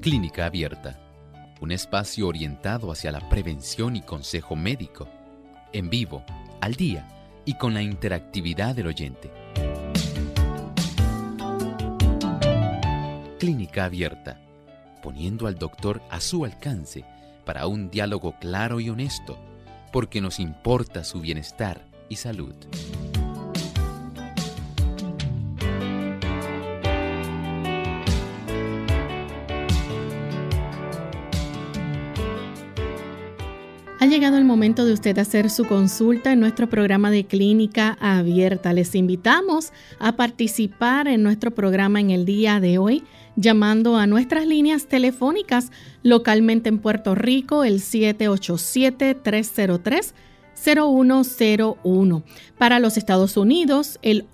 Clínica Abierta, un espacio orientado hacia la prevención y consejo médico, en vivo, al día y con la interactividad del oyente. Clínica Abierta, poniendo al doctor a su alcance para un diálogo claro y honesto, porque nos importa su bienestar y salud. Ha llegado el momento de usted hacer su consulta en nuestro programa de Clínica Abierta. Les invitamos a participar en nuestro programa en el día de hoy, llamando a nuestras líneas telefónicas localmente en Puerto Rico, el 787-303-0101. Para los Estados Unidos, el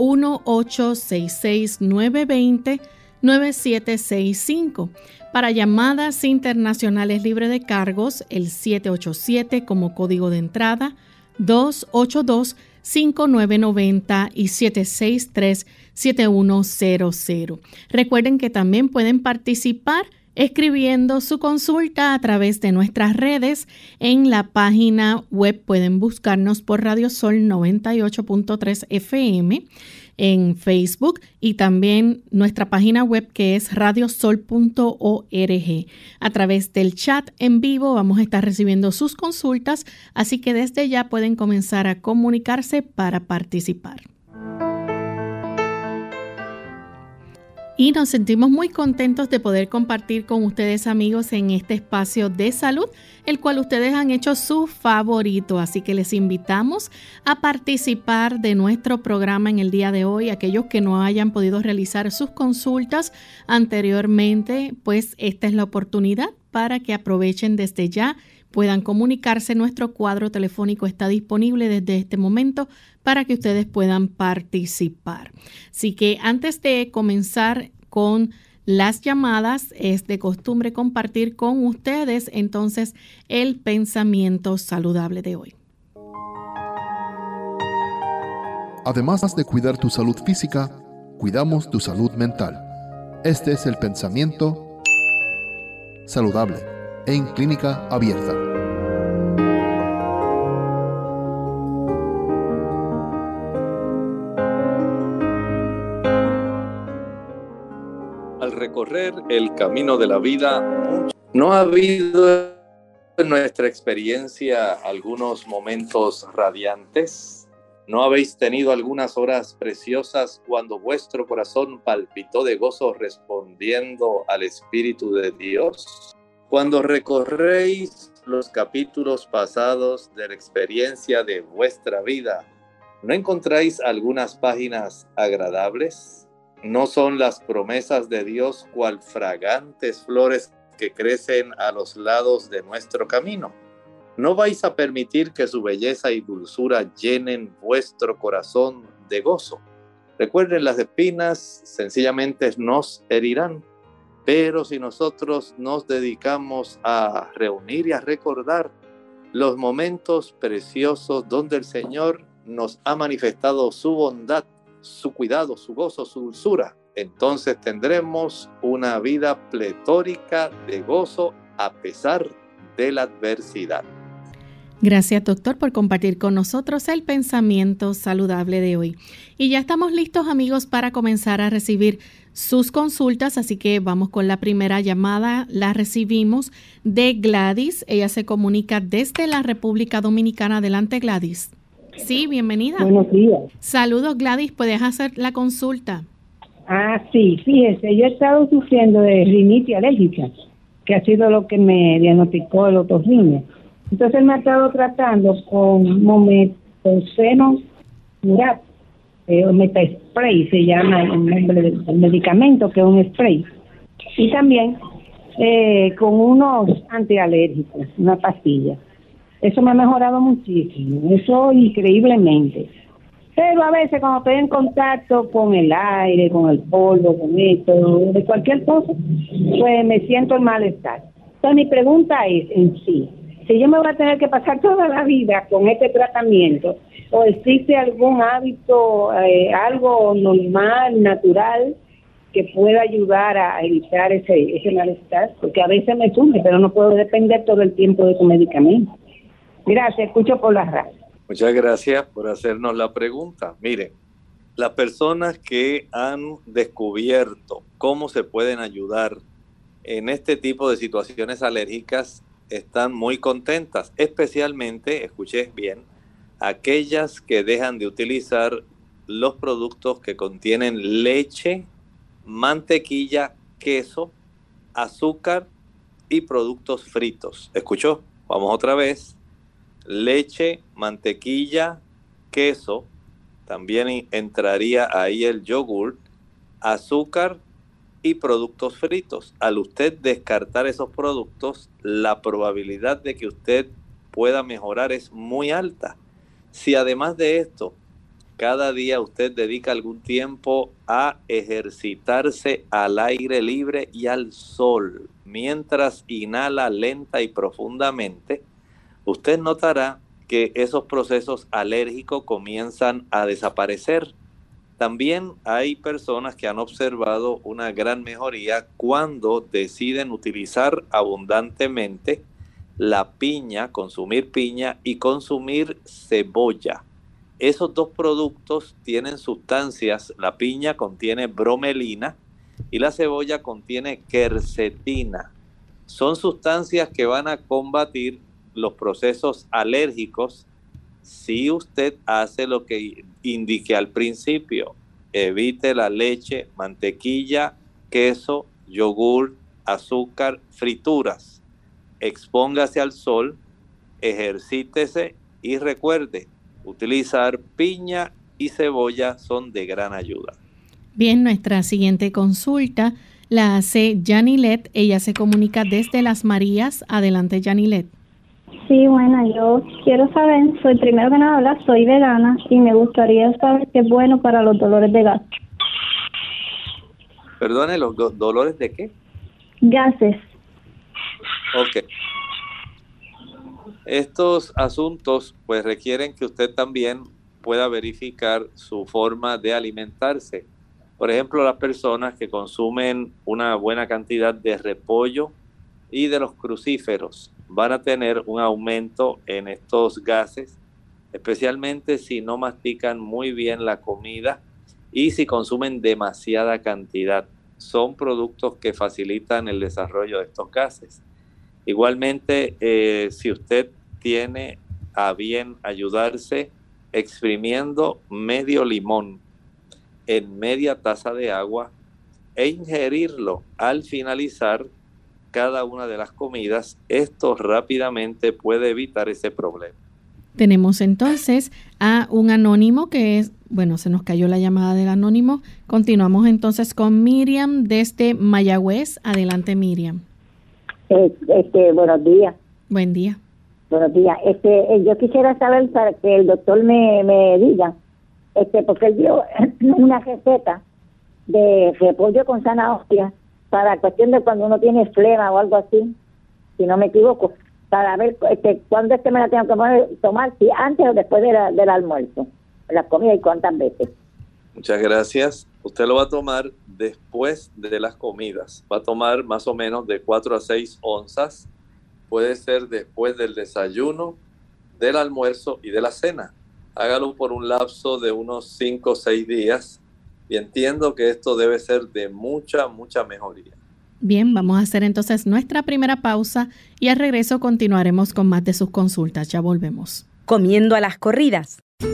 1-866-920-9765. Para llamadas internacionales libre de cargos, el 787 como código de entrada, 282-5990 y 763-7100. Recuerden que también pueden participar escribiendo su consulta a través de nuestras redes. En la página web pueden buscarnos por Radio Sol 98.3 FM. En Facebook y también nuestra página web que es radiosol.org. A través del chat en vivo vamos a estar recibiendo sus consultas, así que desde ya pueden comenzar a comunicarse para participar. Y nos sentimos muy contentos de poder compartir con ustedes, amigos, en este espacio de salud, el cual ustedes han hecho su favorito. Así que les invitamos a participar de nuestro programa en el día de hoy. Aquellos que no hayan podido realizar sus consultas anteriormente, pues esta es la oportunidad para que aprovechen desde ya, puedan comunicarse. Nuestro cuadro telefónico está disponible desde este momento para que ustedes puedan participar. Así que antes de comenzar con las llamadas, es de costumbre compartir con ustedes entonces el pensamiento saludable de hoy. Además de cuidar tu salud física, cuidamos tu salud mental. Este es el pensamiento saludable en Clínica Abierta. Al recorrer el camino de la vida, ¿no ha habido en nuestra experiencia algunos momentos radiantes? ¿No habéis tenido algunas horas preciosas cuando vuestro corazón palpitó de gozo respondiendo al Espíritu de Dios? Cuando recorréis los capítulos pasados de la experiencia de vuestra vida, ¿no encontráis algunas páginas agradables? ¿No son las promesas de Dios cual fragantes flores que crecen a los lados de nuestro camino? ¿No vais a permitir que su belleza y dulzura llenen vuestro corazón de gozo? Recuerden, las espinas sencillamente nos herirán, pero si nosotros nos dedicamos a reunir y a recordar los momentos preciosos donde el Señor nos ha manifestado su bondad, su cuidado, su gozo, su dulzura, entonces tendremos una vida pletórica de gozo a pesar de la adversidad. Gracias, doctor, por compartir con nosotros el pensamiento saludable de hoy. Y ya estamos listos, amigos, para comenzar a recibir sus consultas, así que vamos con la primera llamada. La recibimos de Gladys. Ella se comunica desde la República Dominicana. Adelante, Gladys. Sí, bienvenida. Buenos días. Saludos, Gladys. ¿Puedes hacer la consulta? Sí, fíjese, yo he estado sufriendo de rinitis alérgica, que ha sido lo que me diagnosticó el otorrino. Entonces me ha estado tratando con mometoceno Murat, Metaspray se llama el nombre del medicamento, que es un spray. Y también con unos antialérgicos, una pastilla. Eso me ha mejorado muchísimo, eso increíblemente. Pero a veces cuando estoy en contacto con el aire, con el polvo, con esto, de cualquier cosa, pues me siento el malestar. Entonces mi pregunta es en sí, si yo me voy a tener que pasar toda la vida con este tratamiento, o existe algún hábito, algo normal, natural, que pueda ayudar a evitar ese malestar, porque a veces me surge, pero no puedo depender todo el tiempo de tu medicamento. Gracias, escucho por la radio. Muchas gracias por hacernos la pregunta. Miren, las personas que han descubierto cómo se pueden ayudar en este tipo de situaciones alérgicas están muy contentas, especialmente, escuché bien, aquellas que dejan de utilizar los productos que contienen leche, mantequilla, queso, azúcar y productos fritos. ¿Escuchó? Vamos otra vez. Leche, mantequilla, queso, también entraría ahí el yogur, azúcar y productos fritos. Al usted descartar esos productos, la probabilidad de que usted pueda mejorar es muy alta. Si además de esto, cada día usted dedica algún tiempo a ejercitarse al aire libre y al sol, mientras inhala lenta y profundamente, usted notará que esos procesos alérgicos comienzan a desaparecer. También hay personas que han observado una gran mejoría cuando deciden utilizar abundantemente la piña, consumir piña y consumir cebolla. Esos dos productos tienen sustancias, la piña contiene bromelina y la cebolla contiene quercetina. Son sustancias que van a combatir los procesos alérgicos si usted hace lo que indiqué al principio. Evite la leche, mantequilla, queso, yogur, azúcar, frituras. Expóngase al sol, ejercítese y recuerde, utilizar piña y cebolla son de gran ayuda. Bien, nuestra siguiente consulta la hace Janilet. Ella se comunica desde Las Marías. Adelante, Janilet. Sí, bueno, yo quiero saber, primero que nada, soy vegana y me gustaría saber qué es bueno para los dolores de gas. Perdone, ¿los dolores de qué? Gases. Ok. Estos asuntos pues requieren que usted también pueda verificar su forma de alimentarse. Por ejemplo, las personas que consumen una buena cantidad de repollo y de los crucíferos van a tener un aumento en estos gases, especialmente si no mastican muy bien la comida y si consumen demasiada cantidad. Son productos que facilitan el desarrollo de estos gases. Igualmente, si usted tiene a bien ayudarse exprimiendo medio limón en media taza de agua e ingerirlo al finalizar cada una de las comidas, esto rápidamente puede evitar ese problema. Tenemos entonces a un anónimo que es, bueno, se nos cayó la llamada del anónimo. Continuamos entonces con Miriam desde Mayagüez. Adelante, Miriam. Buenos días. Buen día. Buenos días. Yo quisiera saber para que el doctor me diga, porque él dio una receta de repollo con zanahoria para cuestión de cuando uno tiene flema o algo así, si no me equivoco, para ver cuándo me la tengo que tomar, si antes o después del almuerzo, la comida y cuántas veces. Muchas gracias. Usted lo va a tomar después de las comidas. Va a tomar más o menos de 4 a 6 onzas. Puede ser después del desayuno, del almuerzo y de la cena. Hágalo por un lapso de unos 5 o 6 días. Y entiendo que esto debe ser de mucha mejoría. Bien, vamos a hacer entonces nuestra primera pausa y al regreso continuaremos con más de sus consultas. Ya volvemos. Comiendo a las corridas.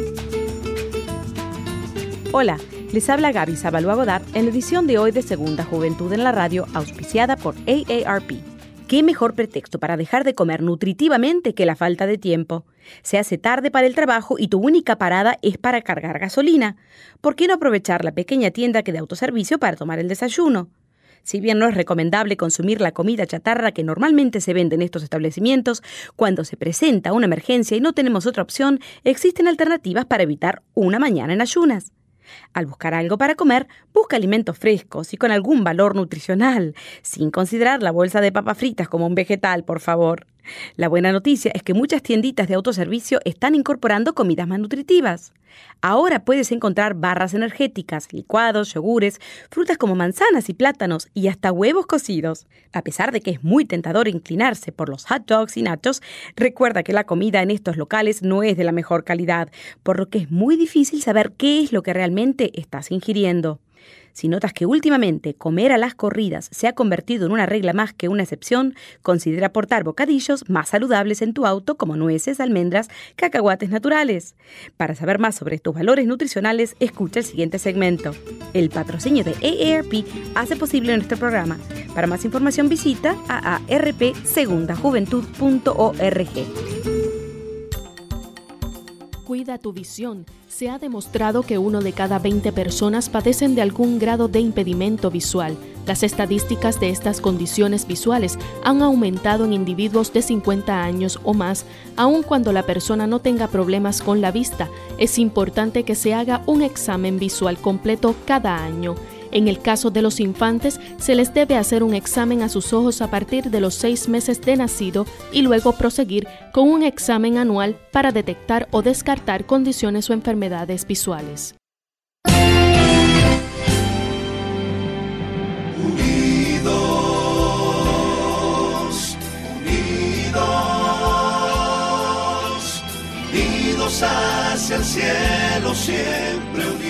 Hola, les habla Gaby Zabalúa Godard en la edición de hoy de Segunda Juventud en la Radio, auspiciada por AARP. ¿Qué mejor pretexto para dejar de comer nutritivamente que la falta de tiempo? Se hace tarde para el trabajo y tu única parada es para cargar gasolina. ¿Por qué no aprovechar la pequeña tienda que de autoservicio para tomar el desayuno? Si bien no es recomendable consumir la comida chatarra que normalmente se vende en estos establecimientos, cuando se presenta una emergencia y no tenemos otra opción, existen alternativas para evitar una mañana en ayunas. Al buscar algo para comer, busca alimentos frescos y con algún valor nutricional, sin considerar la bolsa de papas fritas como un vegetal, por favor. La buena noticia es que muchas tienditas de autoservicio están incorporando comidas más nutritivas. Ahora puedes encontrar barras energéticas, licuados, yogures, frutas como manzanas y plátanos y hasta huevos cocidos. A pesar de que es muy tentador inclinarse por los hot dogs y nachos, recuerda que la comida en estos locales no es de la mejor calidad, por lo que es muy difícil saber qué es lo que realmente estás ingiriendo. Si notas que últimamente comer a las corridas se ha convertido en una regla más que una excepción, considera portar bocadillos más saludables en tu auto como nueces, almendras, cacahuates naturales. Para saber más sobre estos valores nutricionales, escucha el siguiente segmento. El patrocinio de AARP hace posible nuestro programa. Para más información visita aarpsegundajuventud.org. Cuida tu visión. Se ha demostrado que 1 de cada 20 personas padecen de algún grado de impedimento visual. Las estadísticas de estas condiciones visuales han aumentado en individuos de 50 años o más, aun cuando la persona no tenga problemas con la vista. Es importante que se haga un examen visual completo cada año. En el caso de los infantes, se les debe hacer un examen a sus ojos a partir de los 6 meses de nacido y luego proseguir con un examen anual para detectar o descartar condiciones o enfermedades visuales. Unidos, unidos, unidos hacia el cielo, siempre unidos.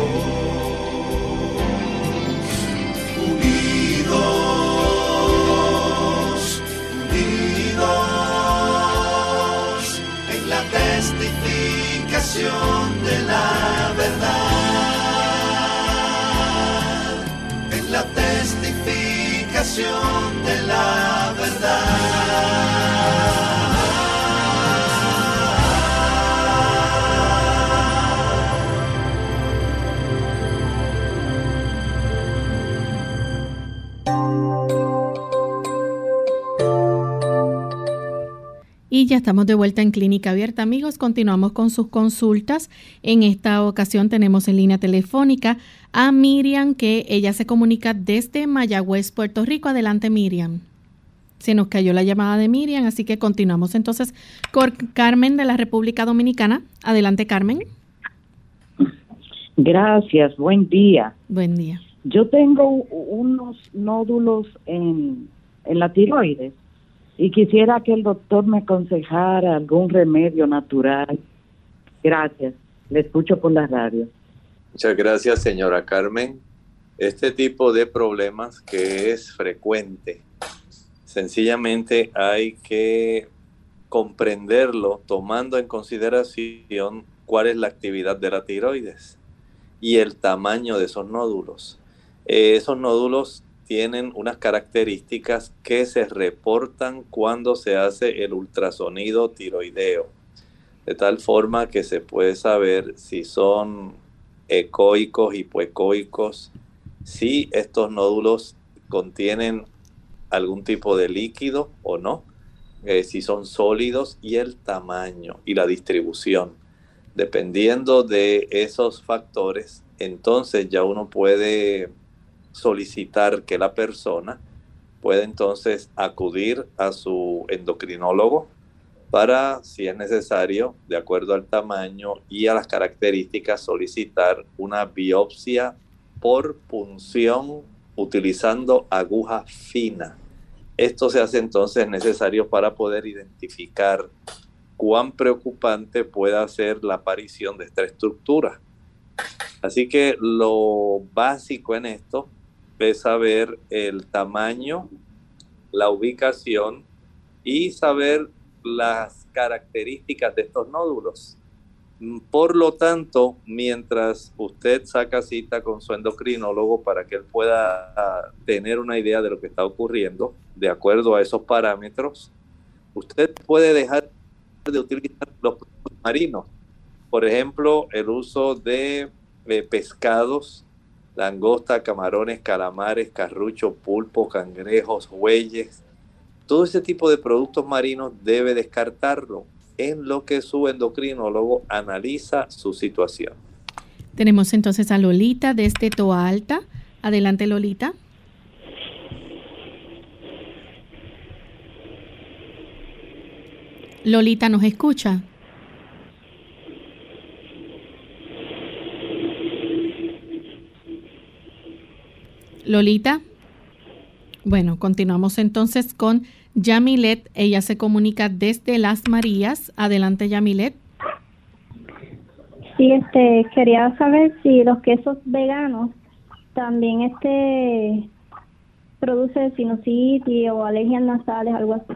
Unidos, unidos, en la testificación de la verdad, en la testificación de la verdad. Y ya estamos de vuelta en Clínica Abierta, amigos. Continuamos con sus consultas. En esta ocasión tenemos en línea telefónica a Miriam, que ella se comunica desde Mayagüez, Puerto Rico. Adelante, Miriam. Se nos cayó la llamada de Miriam, así que continuamos entonces con Carmen de la República Dominicana. Adelante, Carmen. Gracias, buen día. Buen día. Yo tengo unos nódulos en la tiroides y quisiera que el doctor me aconsejara algún remedio natural. Gracias, le escucho por la radio. Muchas gracias, señora Carmen. Este tipo de problemas que es frecuente, sencillamente hay que comprenderlo tomando en consideración cuál es la actividad de la tiroides y el tamaño de esos nódulos. Esos nódulos tienen unas características que se reportan cuando se hace el ultrasonido tiroideo, de tal forma que se puede saber si son ecoicos, hipoecoicos, si estos nódulos contienen algún tipo de líquido o no, si son sólidos y el tamaño y la distribución. Dependiendo de esos factores, entonces ya uno puede solicitar que la persona pueda entonces acudir a su endocrinólogo para, si es necesario, de acuerdo al tamaño y a las características, solicitar una biopsia por punción utilizando aguja fina. Esto se hace entonces necesario para poder identificar cuán preocupante pueda ser la aparición de esta estructura. Así que lo básico en esto es saber el tamaño, la ubicación y saber las características de estos nódulos. Por lo tanto, mientras usted saca cita con su endocrinólogo para que él pueda tener una idea de lo que está ocurriendo, de acuerdo a esos parámetros, usted puede dejar de utilizar los productos marinos. Por ejemplo, el uso de pescados, langosta, camarones, calamares, carrucho, pulpo, cangrejos, bueyes. Todo ese tipo de productos marinos debe descartarlo en lo que su endocrinólogo analiza su situación. Tenemos entonces a Lolita desde Toa Alta. Adelante, Lolita. Lolita, ¿nos escucha? Lolita. Bueno, continuamos entonces con Yamilet. Ella se comunica desde Las Marías. Adelante, Yamilet. Sí, quería saber si los quesos veganos también produce sinusitis o alergias nasales, algo así.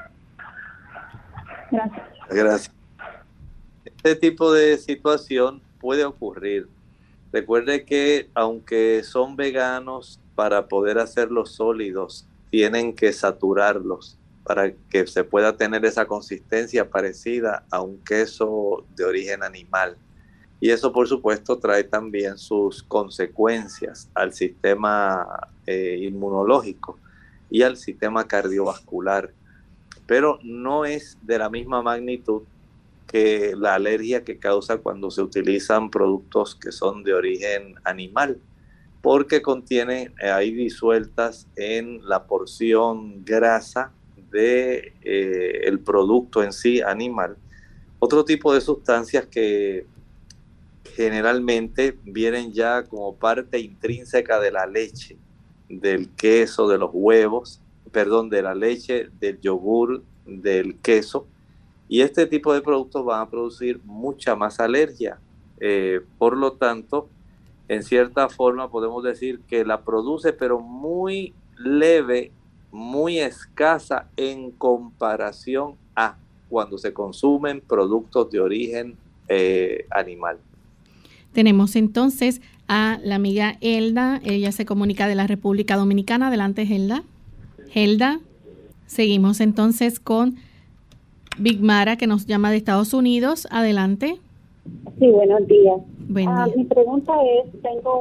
Gracias. Gracias. Este tipo de situación puede ocurrir. Recuerde que aunque son veganos, para poder hacerlos sólidos, tienen que saturarlos para que se pueda tener esa consistencia parecida a un queso de origen animal. Y eso, por supuesto, trae también sus consecuencias al sistema inmunológico y al sistema cardiovascular. Pero no es de la misma magnitud que la alergia que causa cuando se utilizan productos que son de origen animal, porque contienen ahí disueltas en la porción grasa de el producto en sí animal otro tipo de sustancias que generalmente vienen ya como parte intrínseca de la leche, del queso, de los huevos, de la leche, del yogur, del queso. Y este tipo de productos van a producir mucha más alergia. Por lo tanto, en cierta forma podemos decir que la produce, pero muy leve, muy escasa en comparación a cuando se consumen productos de origen animal. Tenemos entonces a la amiga Elda. Ella se comunica de la República Dominicana. Adelante, Elda. Elda. Seguimos entonces con Big Mara, que nos llama de Estados Unidos. Adelante. Sí, buenos días. Buen día. Mi pregunta es,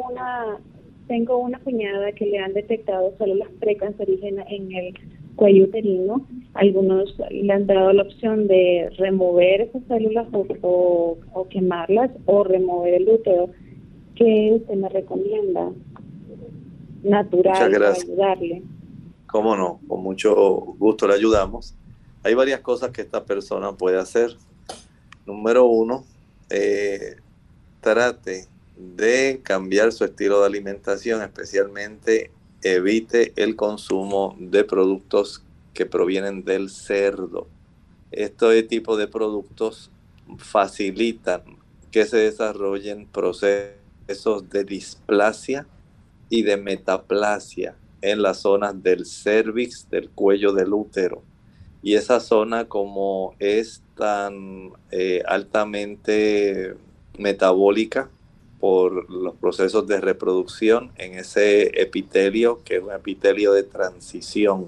tengo una cuñada que le han detectado células precancerígenas en el cuello uterino. Algunos le han dado la opción de remover esas células o quemarlas o remover el útero. ¿Qué usted me recomienda? Natural para ayudarle. Cómo no, con mucho gusto le ayudamos. Hay varias cosas que esta persona puede hacer. Número uno, trate de cambiar su estilo de alimentación, especialmente evite el consumo de productos que provienen del cerdo. Este tipo de productos facilitan que se desarrollen procesos de displasia y de metaplasia en las zonas del cérvix, del cuello del útero. Y esa zona, como es tan altamente metabólica por los procesos de reproducción en ese epitelio, que es un epitelio de transición,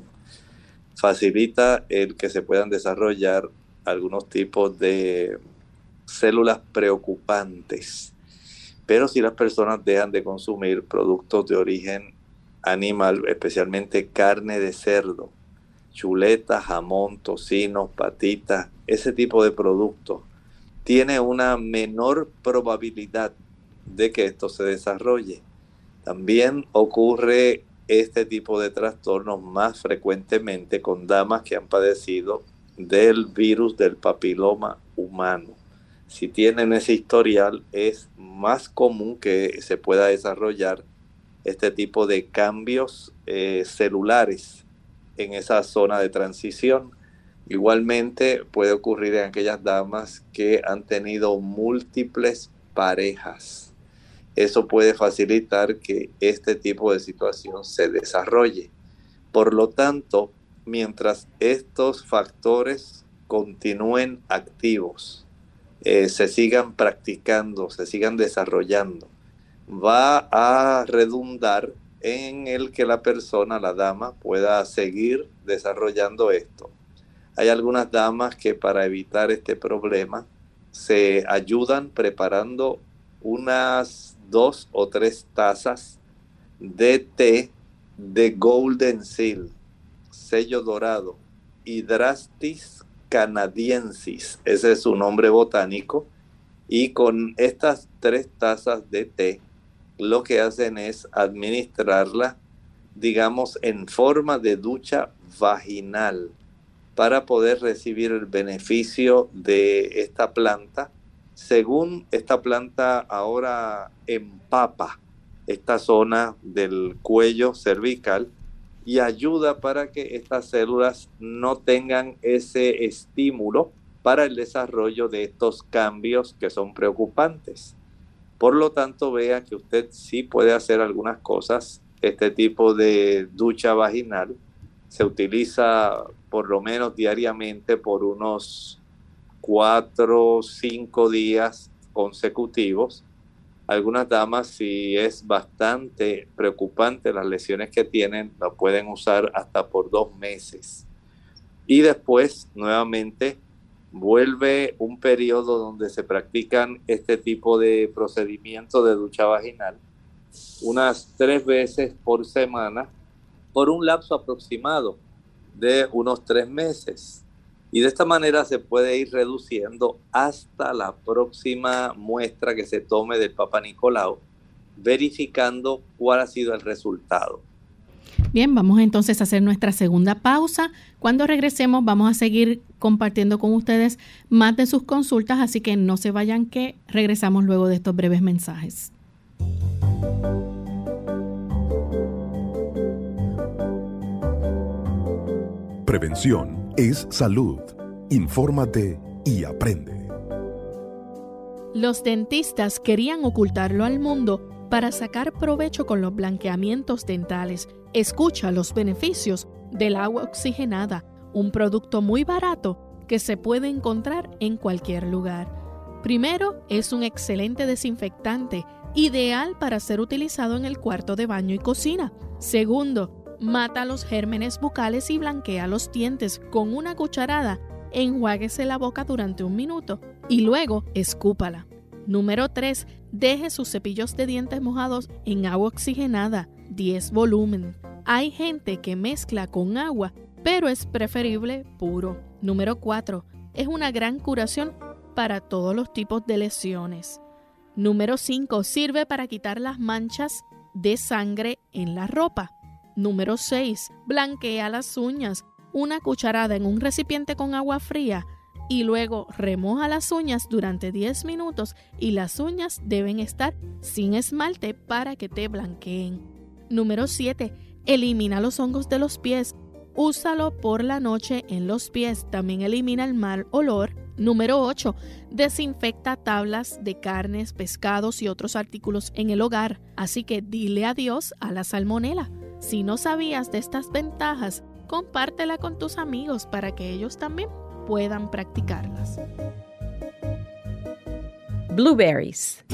facilita el que se puedan desarrollar algunos tipos de células preocupantes. Pero si las personas dejan de consumir productos de origen animal, especialmente carne de cerdo, chuletas, jamón, tocino, patitas, ese tipo de productos, tiene una menor probabilidad de que esto se desarrolle. También ocurre este tipo de trastornos más frecuentemente con damas que han padecido del virus del papiloma humano. Si tienen ese historial, es más común que se pueda desarrollar este tipo de cambios celulares en esa zona de transición. Igualmente puede ocurrir en aquellas damas que han tenido múltiples parejas. Eso puede facilitar que este tipo de situación se desarrolle. Por lo tanto, mientras estos factores continúen activos, se sigan practicando, se sigan desarrollando, va a redundar en el que la persona, la dama, pueda seguir desarrollando esto. Hay algunas damas que para evitar este problema se ayudan preparando unas 2 o 3 tazas de té de Golden Seal, sello dorado, Hydrastis canadiensis, ese es su nombre botánico, y con estas 3 tazas de té, lo que hacen es administrarla, digamos, en forma de ducha vaginal. para poder recibir el beneficio de esta planta. Según esta planta ahora empapa esta zona del cuello cervical y ayuda para que estas células no tengan ese estímulo para el desarrollo de estos cambios que son preocupantes. Por lo tanto, vea que usted sí puede hacer algunas cosas. Este tipo de ducha vaginal se utiliza por lo menos diariamente por unos 4 o 5 días consecutivos. Algunas damas, si es bastante preocupante las lesiones que tienen, lo pueden usar hasta por 2 meses. Y después, nuevamente, vuelve un periodo donde se practican este tipo de procedimiento de ducha vaginal unas 3 veces por semana por un lapso aproximado de unos 3 meses. Y de esta manera se puede ir reduciendo hasta la próxima muestra que se tome del Papa Nicolau, verificando cuál ha sido el resultado. Bien, vamos entonces a hacer nuestra segunda pausa. Cuando regresemos vamos a seguir compartiendo con ustedes más de sus consultas, así que no se vayan, que regresamos luego de estos breves mensajes. Prevención es salud. Infórmate y aprende. Los dentistas querían ocultarlo al mundo para sacar provecho con los blanqueamientos dentales. Escucha los beneficios del agua oxigenada, un producto muy barato que se puede encontrar en cualquier lugar. Primero, es un excelente desinfectante, ideal para ser utilizado en el cuarto de baño y cocina. Segundo, mata los gérmenes bucales y blanquea los dientes. Con una cucharada, enjuáguese la boca durante 1 minuto y luego escúpala. Número 3. Deje sus cepillos de dientes mojados en agua oxigenada, 10 volumen. Hay gente que mezcla con agua, pero es preferible puro. Número 4. Es una gran curación para todos los tipos de lesiones. Número 5. Sirve para quitar las manchas de sangre en la ropa. Número 6. Blanquea las uñas. Una cucharada en un recipiente con agua fría y luego remoja las uñas durante 10 minutos y las uñas deben estar sin esmalte para que te blanqueen. Número 7. Elimina los hongos de los pies. Úsalo por la noche en los pies. También elimina el mal olor. Número 8. Desinfecta tablas de carnes, pescados y otros artículos en el hogar. Así que dile adiós a la salmonela. Si no sabías de estas ventajas, compártela con tus amigos para que ellos también puedan practicarlas. Blueberries.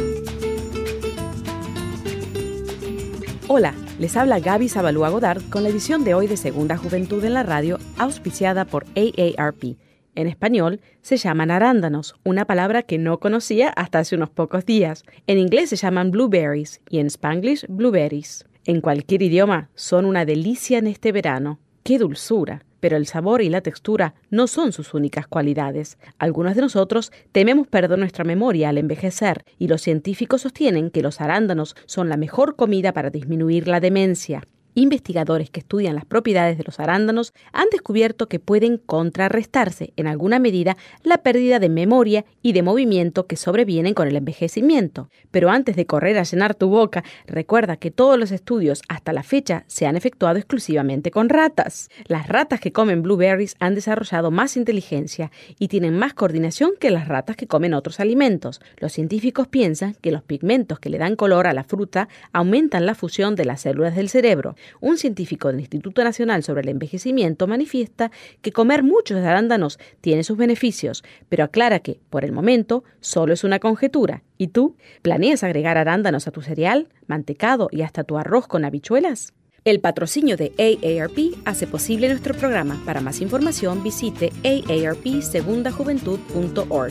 Hola, les habla Gaby Zabalúa Godard con la edición de hoy de Segunda Juventud en la Radio, auspiciada por AARP. En español se llaman arándanos, una palabra que no conocía hasta hace unos pocos días. En inglés se llaman blueberries y en Spanglish blueberries. En cualquier idioma son una delicia en este verano. ¡Qué dulzura! Pero el sabor y la textura no son sus únicas cualidades. Algunos de nosotros tememos perder nuestra memoria al envejecer y los científicos sostienen que los arándanos son la mejor comida para disminuir la demencia. Investigadores que estudian las propiedades de los arándanos han descubierto que pueden contrarrestarse en alguna medida la pérdida de memoria y de movimiento que sobrevienen con el envejecimiento. Pero antes de correr a llenar tu boca, recuerda que todos los estudios hasta la fecha se han efectuado exclusivamente con ratas. Las ratas que comen blueberries han desarrollado más inteligencia y tienen más coordinación que las ratas que comen otros alimentos. Los científicos piensan que los pigmentos que le dan color a la fruta aumentan la fusión de las células del cerebro. Un científico del Instituto Nacional sobre el Envejecimiento manifiesta que comer muchos arándanos tiene sus beneficios, pero aclara que, por el momento, solo es una conjetura. ¿Y tú? ¿Planeas agregar arándanos a tu cereal, mantecado y hasta tu arroz con habichuelas? El patrocinio de AARP hace posible nuestro programa. Para más información, visite aarpsegundajuventud.org.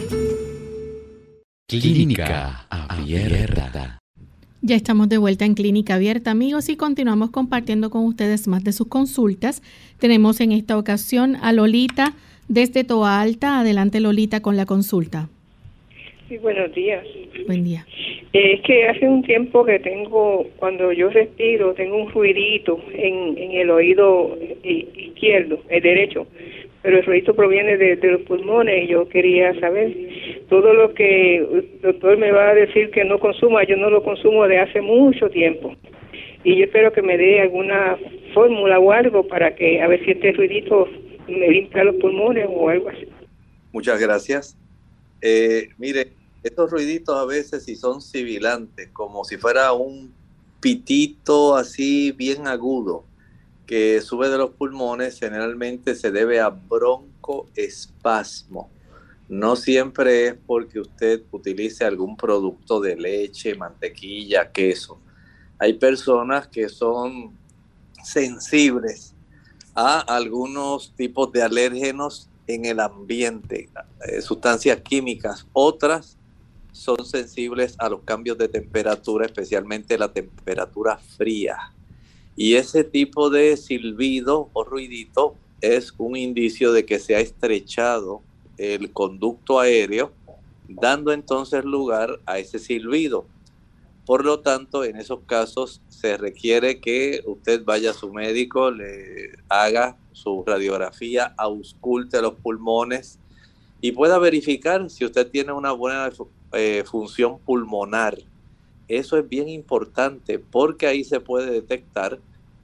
Clínica Abierta. Ya estamos de vuelta en Clínica Abierta, amigos, y continuamos compartiendo con ustedes más de sus consultas. Tenemos en esta ocasión a Lolita desde Toa Alta. Adelante, Lolita, con la consulta. Sí, buenos días. Buen día. Es que hace un tiempo que cuando yo respiro, tengo un ruidito en el oído izquierdo, el derecho, pero el ruidito proviene de los pulmones, y yo quería saber todo lo que el doctor me va a decir que no consuma. Yo no lo consumo de hace mucho tiempo, y yo espero que me dé alguna fórmula o algo para que a ver si este ruidito me limpia los pulmones o algo así. Muchas gracias. Mire, estos ruiditos a veces si son sibilantes, como si fuera un pitito así bien agudo que sube de los pulmones, generalmente se debe a broncoespasmo. No siempre es porque usted utilice algún producto de leche, mantequilla, queso. Hay personas que son sensibles a algunos tipos de alérgenos en el ambiente, sustancias químicas. Otras son sensibles a los cambios de temperatura, especialmente la temperatura fría. Y ese tipo de silbido o ruidito es un indicio de que se ha estrechado el conducto aéreo, dando entonces lugar a ese silbido. Por lo tanto, en esos casos se requiere que usted vaya a su médico, le haga su radiografía, ausculte los pulmones y pueda verificar si usted tiene una buena función pulmonar. Eso es bien importante porque ahí se puede detectar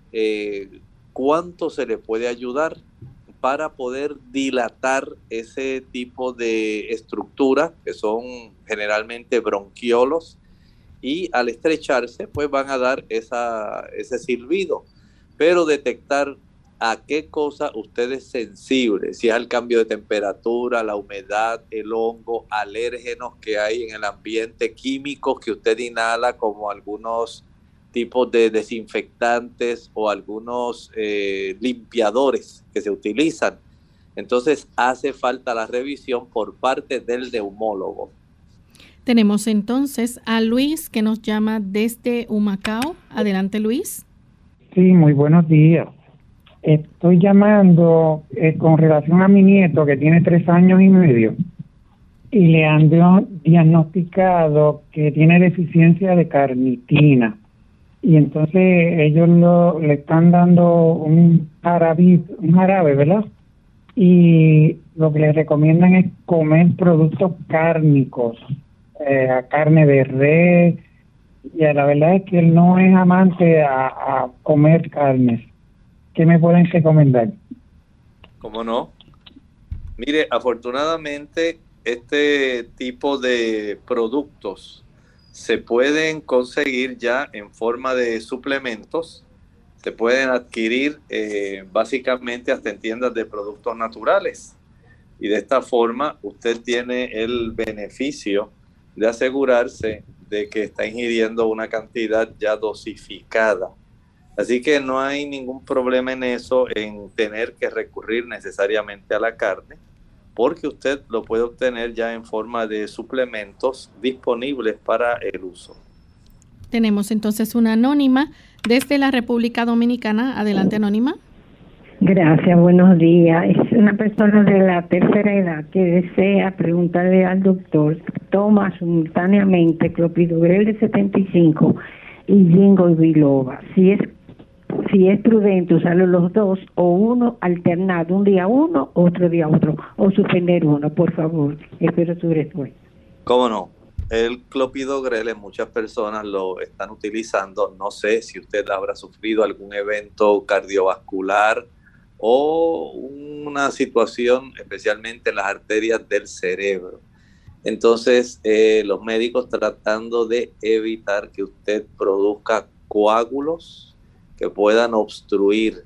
cuánto se le puede ayudar para poder dilatar ese tipo de estructuras que son generalmente bronquiolos, y al estrecharse pues van a dar ese silbido. Pero detectar a qué cosa usted es sensible, si es al cambio de temperatura, la humedad, el hongo, alérgenos que hay en el ambiente, químicos que usted inhala como algunos tipos de desinfectantes o algunos limpiadores que se utilizan. Entonces hace falta la revisión por parte del neumólogo. Tenemos entonces a Luis que nos llama desde Humacao. Adelante, Luis. Sí, muy buenos días. Estoy llamando con relación a mi nieto que tiene 3 años y medio y le han diagnosticado que tiene deficiencia de carnitina. Y entonces ellos le están dando un jarabe, ¿verdad? Y lo que le recomiendan es comer productos cárnicos, carne de res, y la verdad es que él no es amante a comer carnes. ¿Qué me pueden recomendar? ¿Cómo no? Mire, afortunadamente este tipo de productos se pueden conseguir ya en forma de suplementos, se pueden adquirir básicamente hasta en tiendas de productos naturales, y de esta forma usted tiene el beneficio de asegurarse de que está ingiriendo una cantidad ya dosificada. Así que no hay ningún problema en eso, en tener que recurrir necesariamente a la carne, porque usted lo puede obtener ya en forma de suplementos disponibles para el uso. Tenemos entonces una anónima desde la República Dominicana. Adelante, anónima. Gracias, buenos días. Es una persona de la tercera edad que desea preguntarle al doctor, toma simultáneamente clopidogrel de 75 y ginkgo biloba. Si es prudente usarlo los dos o uno alternado, un día uno, otro día otro, o suspender uno, por favor. Espero tu respuesta. ¿Cómo no? El clopidogrel en muchas personas lo están utilizando. No sé si usted habrá sufrido algún evento cardiovascular o una situación especialmente en las arterias del cerebro. Entonces, los médicos tratando de evitar que usted produzca coágulos que puedan obstruir,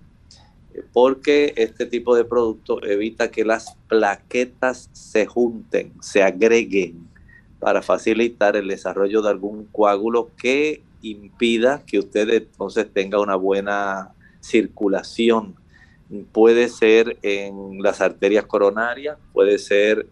porque este tipo de producto evita que las plaquetas se junten, se agreguen, para facilitar el desarrollo de algún coágulo que impida que usted entonces tenga una buena circulación. Puede ser en las arterias coronarias, puede ser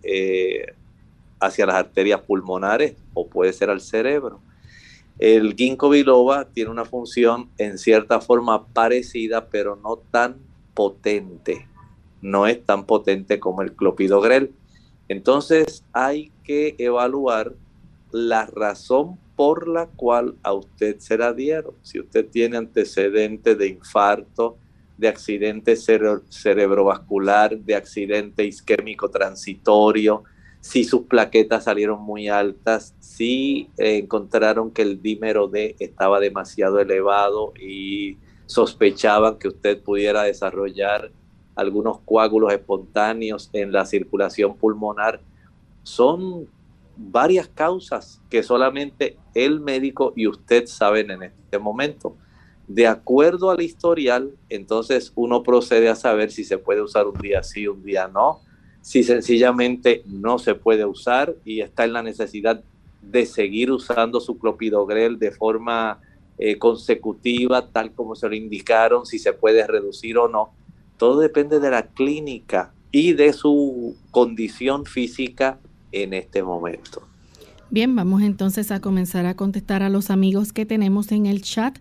hacia las arterias pulmonares o puede ser al cerebro. El ginkgo biloba tiene una función en cierta forma parecida, pero no tan potente. No es tan potente como el clopidogrel. Entonces hay que evaluar la razón por la cual a usted se la dieron. Si usted tiene antecedentes de infarto de accidente cerebrovascular, de accidente isquémico transitorio, si sus plaquetas salieron muy altas, si encontraron que el dímero D estaba demasiado elevado y sospechaban que usted pudiera desarrollar algunos coágulos espontáneos en la circulación pulmonar. Son varias causas que solamente el médico y usted saben en este momento. De acuerdo al historial, entonces uno procede a saber si se puede usar un día sí, un día no, si sencillamente no se puede usar y está en la necesidad de seguir usando su clopidogrel de forma consecutiva, tal como se lo indicaron, si se puede reducir o no. Todo depende de la clínica y de su condición física en este momento. Bien, vamos entonces a comenzar a contestar a los amigos que tenemos en el chat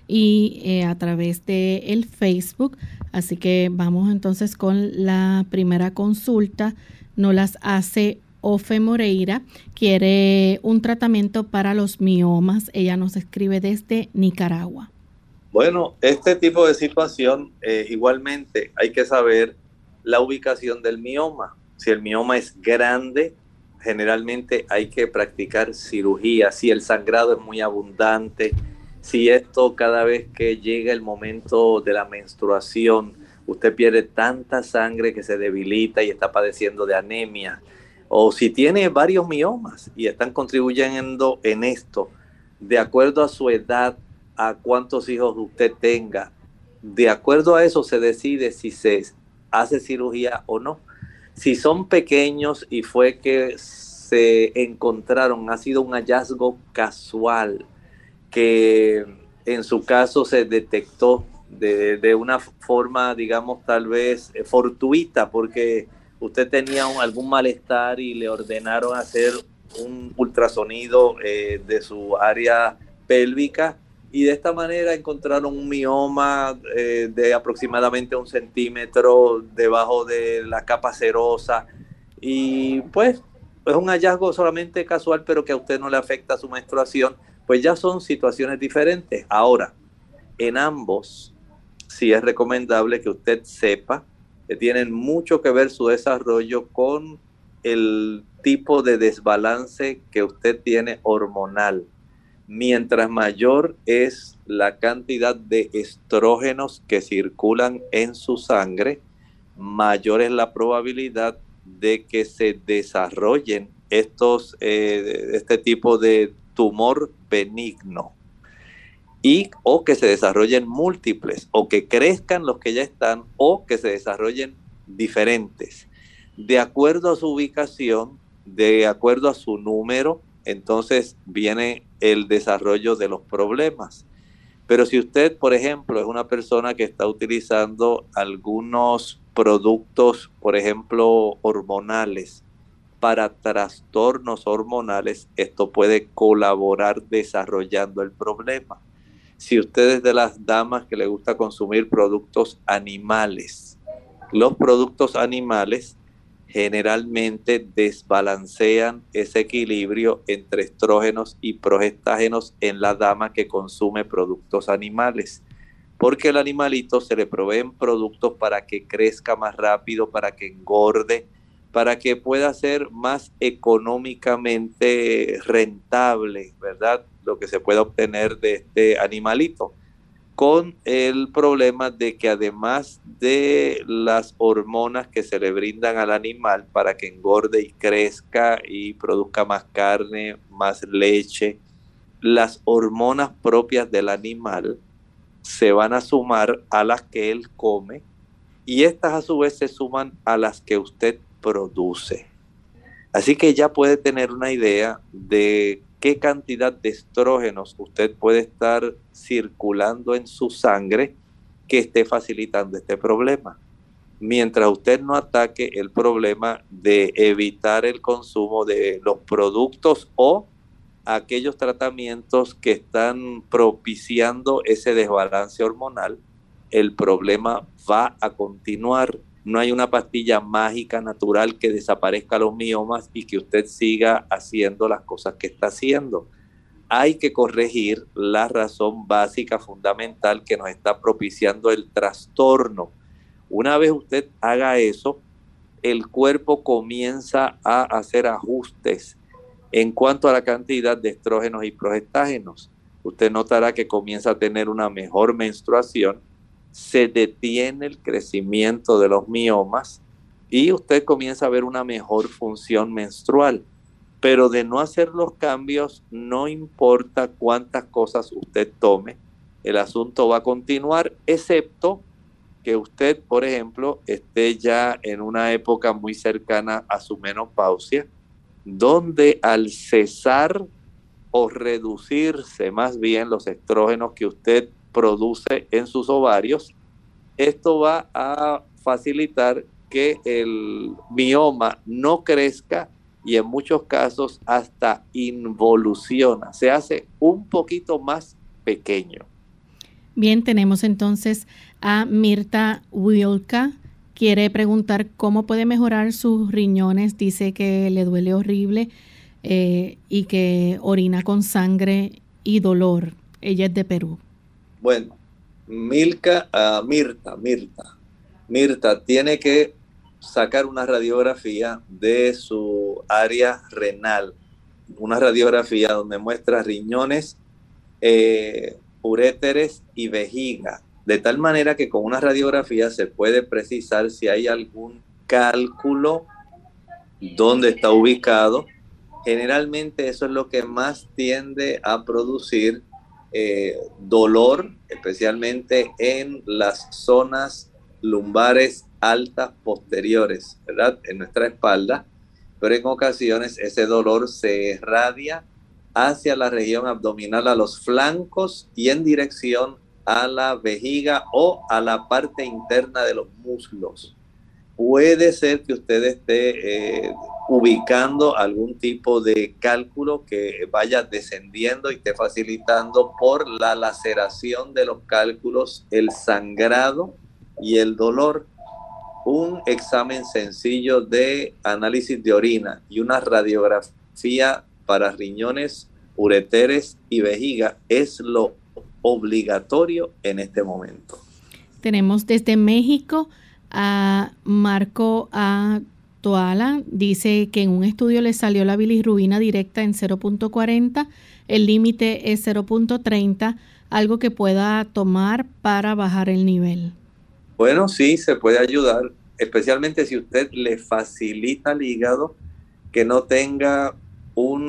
y a través de el Facebook. Así que vamos entonces con la primera consulta. Nos las hace Ofe Moreira. Quiere un tratamiento para los miomas. Ella nos escribe desde Nicaragua. Bueno, este tipo de situación igualmente hay que saber la ubicación del mioma. Si el mioma es grande, generalmente hay que practicar cirugía. Si el sangrado es muy abundante, si esto cada vez que llega el momento de la menstruación, usted pierde tanta sangre que se debilita y está padeciendo de anemia, o si tiene varios miomas y están contribuyendo en esto, de acuerdo a su edad, a cuántos hijos usted tenga, de acuerdo a eso se decide si se hace cirugía o no. Si son pequeños y fue que se encontraron, ha sido un hallazgo casual, que en su caso se detectó de una forma, digamos, tal vez fortuita, porque usted tenía algún malestar y le ordenaron hacer un ultrasonido de su área pélvica, y de esta manera encontraron un mioma de aproximadamente 1 centímetro debajo de la capa serosa, y pues es un hallazgo solamente casual, pero que a usted no le afecta su menstruación. Pues ya son situaciones diferentes. Ahora, en ambos, sí es recomendable que usted sepa que tienen mucho que ver su desarrollo con el tipo de desbalance que usted tiene hormonal. Mientras mayor es la cantidad de estrógenos que circulan en su sangre, mayor es la probabilidad de que se desarrollen este tipo de tumor benigno, o que se desarrollen múltiples, o que crezcan los que ya están, o que se desarrollen diferentes. De acuerdo a su ubicación, de acuerdo a su número, entonces viene el desarrollo de los problemas. Pero si usted, por ejemplo, es una persona que está utilizando algunos productos, por ejemplo, hormonales, para trastornos hormonales, esto puede colaborar desarrollando el problema. Si usted es de las damas que le gusta consumir productos animales, los productos animales generalmente desbalancean ese equilibrio entre estrógenos y progestágenos en la dama que consume productos animales, porque al animalito se le proveen productos para que crezca más rápido, para que engorde, para que pueda ser más económicamente rentable, ¿verdad?, lo que se pueda obtener de este animalito, con el problema de que además de las hormonas que se le brindan al animal para que engorde y crezca y produzca más carne, más leche, las hormonas propias del animal se van a sumar a las que él come, y estas a su vez se suman a las que usted produce. Así que ya puede tener una idea de qué cantidad de estrógenos usted puede estar circulando en su sangre que esté facilitando este problema. Mientras usted no ataque el problema de evitar el consumo de los productos o aquellos tratamientos que están propiciando ese desbalance hormonal, el problema va a continuar. No hay una pastilla mágica natural que desaparezca los miomas y que usted siga haciendo las cosas que está haciendo. hay que corregir la razón básica fundamental que nos está propiciando el trastorno. Una vez usted haga eso, el cuerpo comienza a hacer ajustes en cuanto a la cantidad de estrógenos y progestágenos. Usted notará que comienza a tener una mejor menstruación, se detiene el crecimiento de los miomas y usted comienza a ver una mejor función menstrual. Pero de no hacer los cambios, no importa cuántas cosas usted tome, el asunto va a continuar, excepto que usted, por ejemplo, esté ya en una época muy cercana a su menopausia, donde al cesar o reducirse más bien los estrógenos que usted produce en sus ovarios, esto va a facilitar que el mioma no crezca y en muchos casos hasta involuciona, se hace un poquito más pequeño. Bien, tenemos entonces a Mirta Wilka. Quiere preguntar cómo puede mejorar sus riñones. Dice que le duele horrible y que orina con sangre y dolor. Ella es de Perú. Bueno, Mirta tiene que sacar una radiografía de su área renal, una radiografía donde muestra riñones, uréteres y vejiga, de tal manera que con una radiografía se puede precisar si hay algún cálculo donde está ubicado. Generalmente eso es lo que más tiende a producir dolor, especialmente en las zonas lumbares altas posteriores, ¿verdad? En nuestra espalda, pero en ocasiones ese dolor se irradia hacia la región abdominal, a los flancos y en dirección a la vejiga o a la parte interna de los muslos. Puede ser que usted esté ubicando algún tipo de cálculo que vaya descendiendo y esté facilitando por la laceración de los cálculos, el sangrado y el dolor. Un examen sencillo de análisis de orina y una radiografía para riñones, ureteres y vejiga es lo obligatorio en este momento. Tenemos desde México a Marco A. Toala. Dice que en un estudio le salió la bilirrubina directa en 0.40, el límite es 0.30, algo que pueda tomar para bajar el nivel. Bueno, sí, se puede ayudar, especialmente si usted le facilita al hígado que no tenga un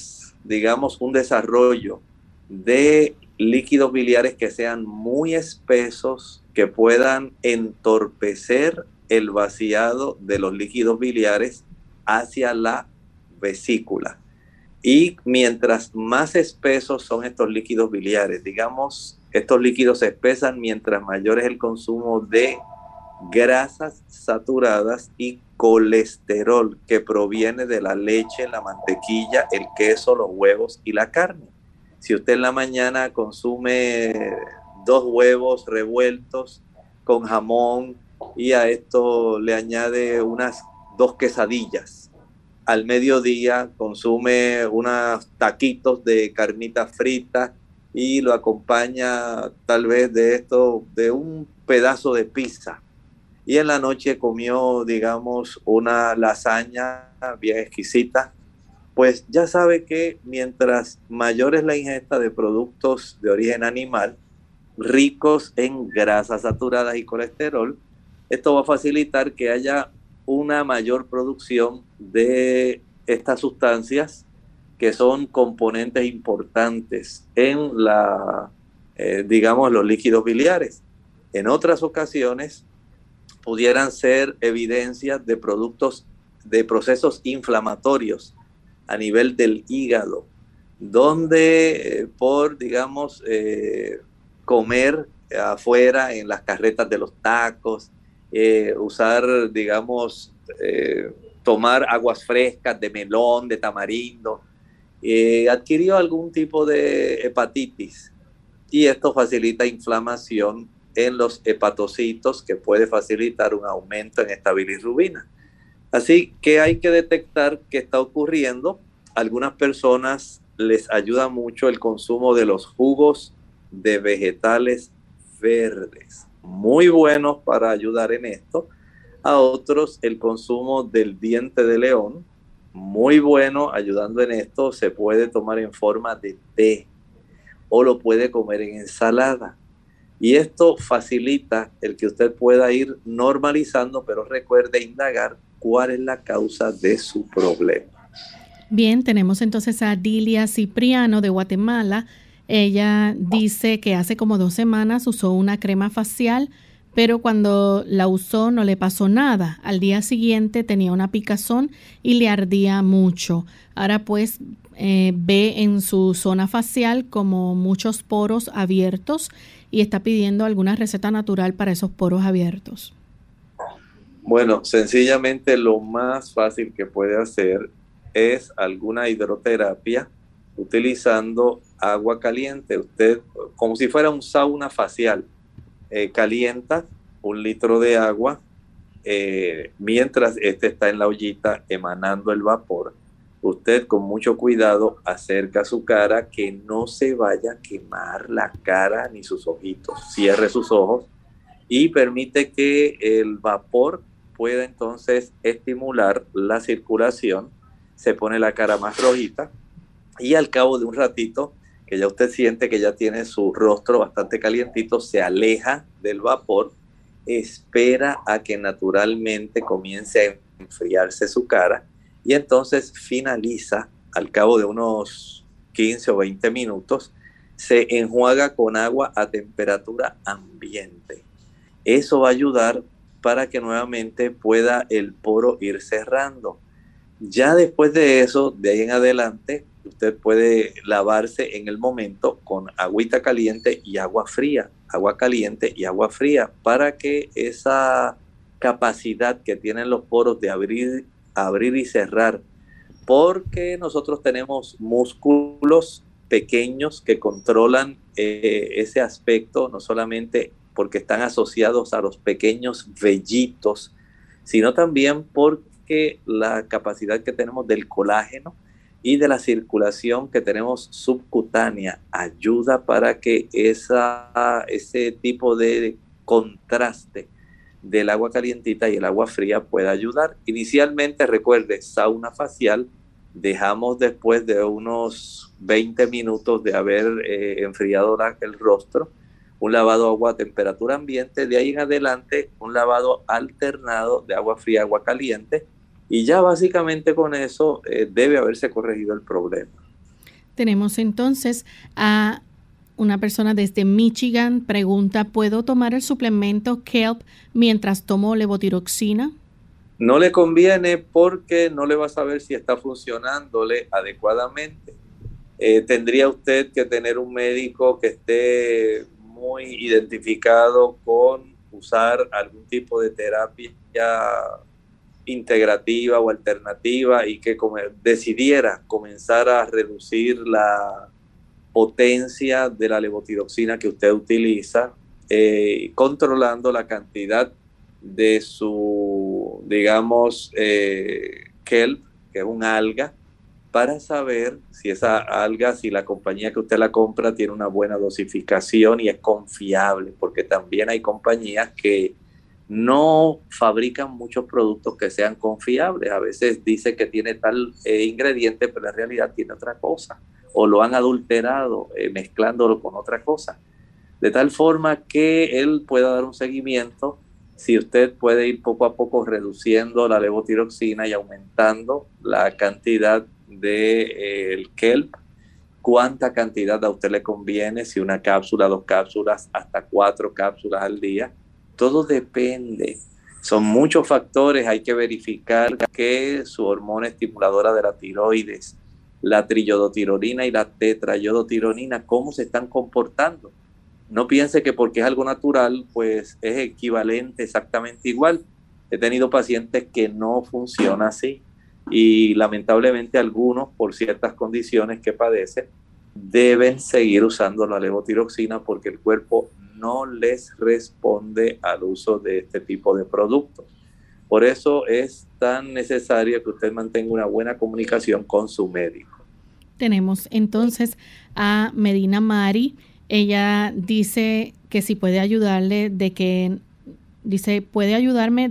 desarrollo de líquidos biliares que sean muy espesos, que puedan entorpecer el vaciado de los líquidos biliares hacia la vesícula. Y mientras más espesos son estos líquidos biliares, estos líquidos se espesan mientras mayor es el consumo de grasas saturadas y colesterol que proviene de la leche, la mantequilla, el queso, los huevos y la carne. Si usted en la mañana consume 2 huevos revueltos con jamón y a esto le añade unas 2 quesadillas, al mediodía consume unos taquitos de carnita frita y lo acompaña tal vez de un pedazo de pizza. Y en la noche comió, una lasaña bien exquisita. Pues ya sabe que mientras mayor es la ingesta de productos de origen animal, ricos en grasas saturadas y colesterol, esto va a facilitar que haya una mayor producción de estas sustancias que son componentes importantes en los líquidos biliares. En otras ocasiones pudieran ser evidencias de procesos inflamatorios a nivel del hígado, donde por comer afuera en las carretas de los tacos, tomar aguas frescas de melón, de tamarindo, adquirió algún tipo de hepatitis y esto facilita inflamación en los hepatocitos que puede facilitar un aumento en esta bilirrubina. Así que hay que detectar qué está ocurriendo. Algunas personas les ayuda mucho el consumo de los jugos de vegetales verdes, muy buenos para ayudar en esto. A otros el consumo del diente de león, muy bueno ayudando en esto. Se puede tomar en forma de té o lo puede comer en ensalada. Y esto facilita el que usted pueda ir normalizando, pero recuerde indagar cuál es la causa de su problema. Bien, tenemos entonces a Dilia Cipriano de Guatemala. Ella dice que hace como 2 semanas usó una crema facial, pero cuando la usó no le pasó nada. Al día siguiente tenía una picazón y le ardía mucho. Ahora pues ve en su zona facial como muchos poros abiertos y está pidiendo alguna receta natural para esos poros abiertos. Bueno, sencillamente lo más fácil que puede hacer es alguna hidroterapia utilizando agua caliente. Usted, como si fuera un sauna facial, calienta 1 litro de agua mientras este está en la ollita emanando el vapor. Usted con mucho cuidado acerca su cara, que no se vaya a quemar la cara ni sus ojitos. Cierre sus ojos y permite que el vapor pueda entonces estimular la circulación. Se pone la cara más rojita y al cabo de un ratito, que ya usted siente que ya tiene su rostro bastante calientito, se aleja del vapor, espera a que naturalmente comience a enfriarse su cara y entonces finaliza al cabo de unos 15 o 20 minutos, se enjuaga con agua a temperatura ambiente. Eso va a ayudar para que nuevamente pueda el poro ir cerrando. Ya después de eso, de ahí en adelante, usted puede lavarse en el momento con agüita caliente y agua fría, agua caliente y agua fría, para que esa capacidad que tienen los poros de abrir y cerrar, porque nosotros tenemos músculos pequeños que controlan ese aspecto, no solamente porque están asociados a los pequeños vellitos, sino también porque la capacidad que tenemos del colágeno y de la circulación que tenemos subcutánea ayuda para que ese tipo de contraste del agua calientita y el agua fría pueda ayudar. Inicialmente, recuerde, sauna facial, dejamos después de unos 20 minutos de haber enfriado el rostro, un lavado de agua a temperatura ambiente, de ahí en adelante un lavado alternado de agua fría, agua caliente, y ya básicamente con eso debe haberse corregido el problema. Tenemos entonces a una persona desde Michigan, pregunta, ¿puedo tomar el suplemento Kelp mientras tomo levotiroxina? No le conviene porque no le va a saber si está funcionándole adecuadamente. Tendría usted que tener un médico que esté muy identificado con usar algún tipo de terapia integrativa o alternativa y que decidiera comenzar a reducir la potencia de la levotiroxina que usted utiliza, controlando la cantidad de su, digamos, kelp, que es un alga, para saber si esa alga, si la compañía que usted la compra tiene una buena dosificación y es confiable, porque también hay compañías que no fabrican muchos productos que sean confiables. A veces dice que tiene tal ingrediente, pero en realidad tiene otra cosa, o lo han adulterado mezclándolo con otra cosa, de tal forma que él pueda dar un seguimiento. Si usted puede ir poco a poco reduciendo la levotiroxina y aumentando la cantidad del kelp, cuánta cantidad a usted le conviene, si una cápsula, 2 cápsulas, hasta 4 cápsulas al día. Todo depende, son muchos factores. Hay que verificar que su hormona estimuladora de la tiroides, la triiodotironina y la tetraiodotironina, cómo se están comportando. No piense que porque es algo natural, pues es equivalente exactamente igual. He tenido pacientes que no funciona así y lamentablemente algunos, por ciertas condiciones que padecen, deben seguir usando la levotiroxina porque el cuerpo no les responde al uso de este tipo de productos. Por eso es tan necesario que usted mantenga una buena comunicación con su médico. Tenemos entonces a Medina Mari. Ella dice que si puede ayudarle puede ayudarme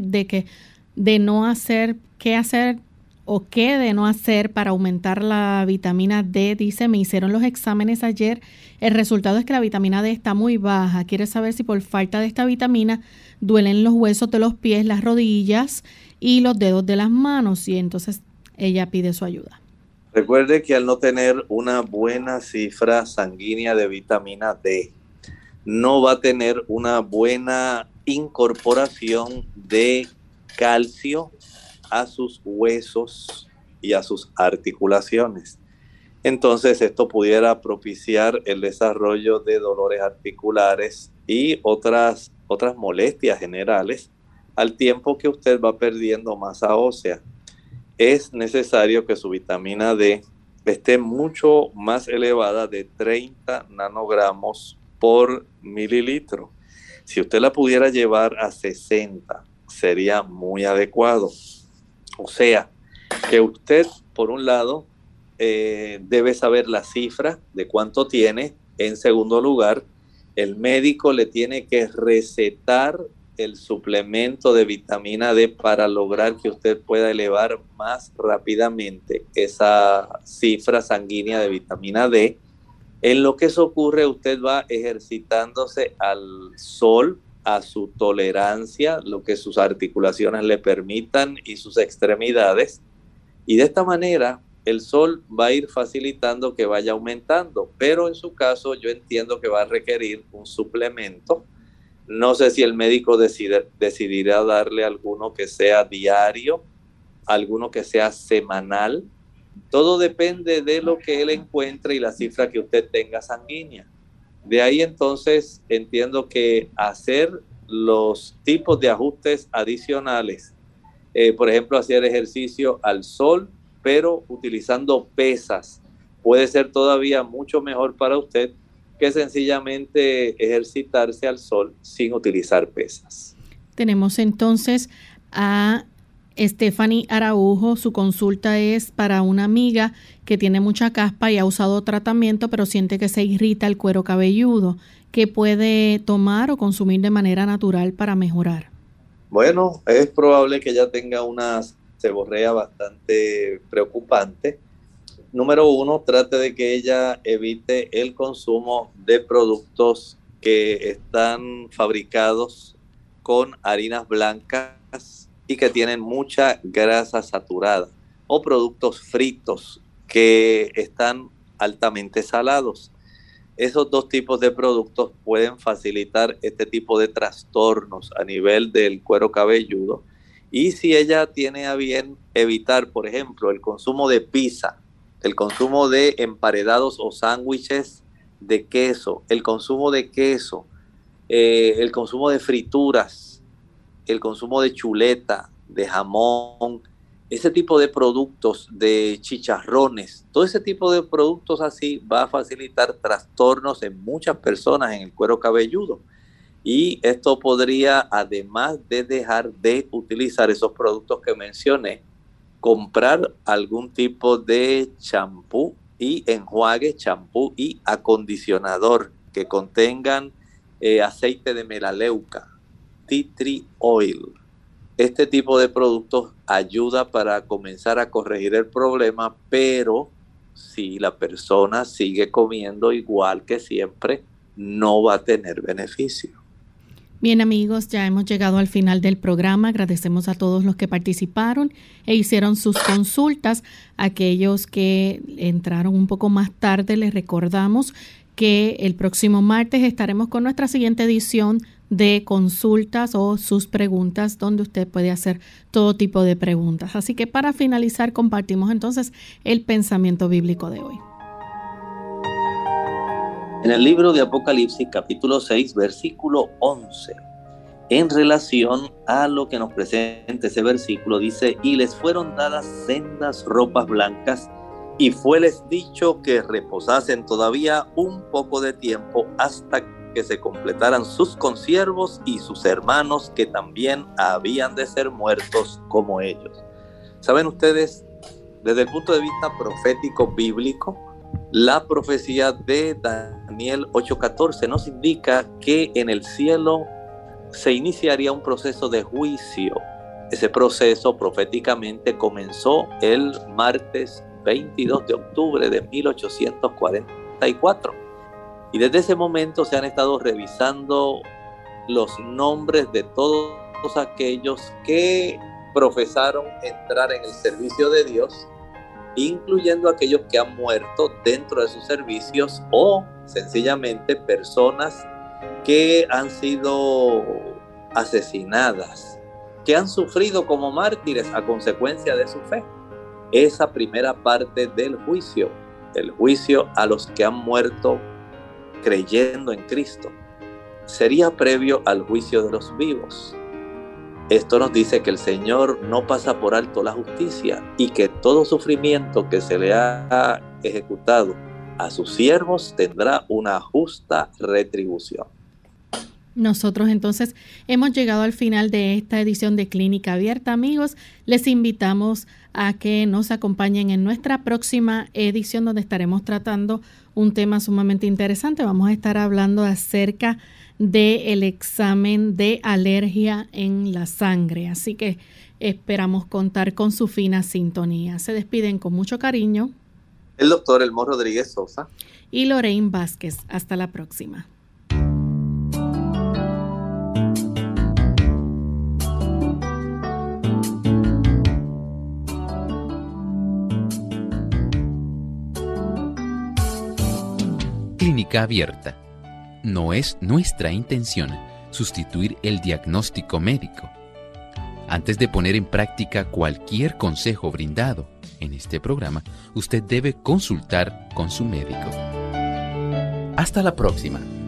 de no hacer, qué hacer o qué de no hacer para aumentar la vitamina D. Dice, me hicieron los exámenes ayer, el resultado es que la vitamina D está muy baja. Quiere saber si por falta de esta vitamina duelen los huesos de los pies, las rodillas y los dedos de las manos, y entonces ella pide su ayuda. Recuerde que al no tener una buena cifra sanguínea de vitamina D, no va a tener una buena incorporación de calcio a sus huesos y a sus articulaciones. Entonces esto pudiera propiciar el desarrollo de dolores articulares y otras molestias generales al tiempo que usted va perdiendo masa ósea. Es necesario que su vitamina D esté mucho más elevada de 30 nanogramos por mililitro. Si usted la pudiera llevar a 60, sería muy adecuado. O sea, que usted, por un lado, debe saber la cifra de cuánto tiene. En segundo lugar, el médico le tiene que recetar el suplemento de vitamina D para lograr que usted pueda elevar más rápidamente esa cifra sanguínea de vitamina D. En lo que eso ocurre, usted va ejercitándose al sol, a su tolerancia, lo que sus articulaciones le permitan y sus extremidades. Y de esta manera, el sol va a ir facilitando que vaya aumentando. Pero en su caso, yo entiendo que va a requerir un suplemento. No sé si el médico decidirá darle alguno que sea diario, alguno que sea semanal. Todo depende de lo que él encuentre y la cifra que usted tenga sanguínea. De ahí entonces entiendo que hacer los tipos de ajustes adicionales, por ejemplo, hacer ejercicio al sol, pero utilizando pesas, puede ser todavía mucho mejor para usted que sencillamente ejercitarse al sol sin utilizar pesas. Tenemos entonces a Stephanie Araujo. Su consulta es para una amiga que tiene mucha caspa y ha usado tratamiento, pero siente que se irrita el cuero cabelludo. ¿Qué puede tomar o consumir de manera natural para mejorar? Bueno, es probable que ella tenga una seborrea bastante preocupante. Número uno, trate de que ella evite el consumo de productos que están fabricados con harinas blancas y que tienen mucha grasa saturada, o productos fritos que están altamente salados. Esos dos tipos de productos pueden facilitar este tipo de trastornos a nivel del cuero cabelludo. Y si ella tiene a bien evitar, por ejemplo, el consumo de pizza, el consumo de emparedados o sándwiches de queso, el consumo de queso, el consumo de frituras, el consumo de chuleta, de jamón, ese tipo de productos, de chicharrones, todo ese tipo de productos así va a facilitar trastornos en muchas personas en el cuero cabelludo. Y esto podría, además de dejar de utilizar esos productos que mencioné, comprar algún tipo de champú y enjuague, champú y acondicionador que contengan aceite de melaleuca, tea tree oil. Este tipo de productos ayuda para comenzar a corregir el problema, pero si la persona sigue comiendo igual que siempre, no va a tener beneficio. Bien, amigos, ya hemos llegado al final del programa. Agradecemos a todos los que participaron e hicieron sus consultas. Aquellos que entraron un poco más tarde, les recordamos que el próximo martes estaremos con nuestra siguiente edición de consultas o sus preguntas, donde usted puede hacer todo tipo de preguntas. Así que para finalizar, compartimos entonces el pensamiento bíblico de hoy. En el libro de Apocalipsis, capítulo 6, versículo 11, en relación a lo que nos presenta ese versículo, dice: y les fueron dadas sendas ropas blancas, y fueles dicho que reposasen todavía un poco de tiempo hasta que se completaran sus consiervos y sus hermanos que también habían de ser muertos como ellos. ¿Saben ustedes? Desde el punto de vista profético bíblico, La profecía de Daniel 8:14 nos indica que en el cielo se iniciaría un proceso de juicio. Ese proceso proféticamente comenzó el martes 22 de octubre de 1844. Y desde ese momento se han estado revisando los nombres de todos aquellos que profesaron entrar en el servicio de Dios, incluyendo aquellos que han muerto dentro de sus servicios o sencillamente personas que han sido asesinadas, que han sufrido como mártires a consecuencia de su fe. Esa primera parte del juicio, el juicio a los que han muerto creyendo en Cristo, sería previo al juicio de los vivos. Esto nos dice que el Señor no pasa por alto la justicia y que todo sufrimiento que se le ha ejecutado a sus siervos tendrá una justa retribución. Nosotros entonces hemos llegado al final de esta edición de Clínica Abierta, amigos. Les invitamos a que nos acompañen en nuestra próxima edición, donde estaremos tratando un tema sumamente interesante. Vamos a estar hablando acerca del examen de alergia en la sangre. Así que esperamos contar con su fina sintonía. Se despiden con mucho cariño el doctor Elmo Rodríguez Sosa y Lorraine Vázquez. Hasta la próxima. Clínica Abierta. No es nuestra intención sustituir el diagnóstico médico. Antes de poner en práctica cualquier consejo brindado en este programa, usted debe consultar con su médico. Hasta la próxima.